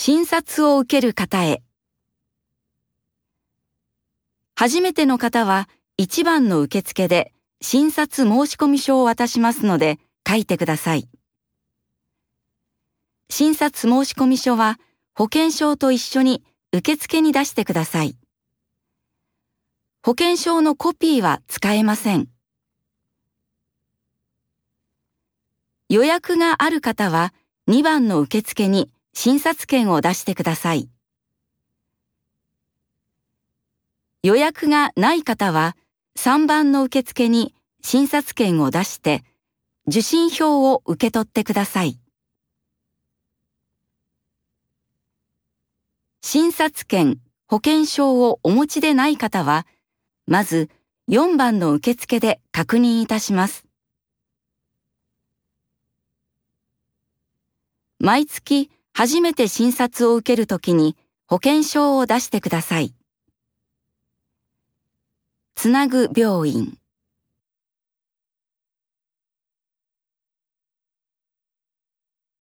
診察を受ける方へ。初めての方は1番の受付で診察申込書を渡しますので書いてください。診察申込書は保険証と一緒に受付に出してください。保険証のコピーは使えません。予約がある方は2番の受付に診察券を出してください。予約がない方は3番の受付に診察券を出して受診票を受け取ってください。診察券、保険証をお持ちでない方はまず4番の受付で確認いたします。毎月初めて診察を受けるときに保険証を出してください。つなぐ病院。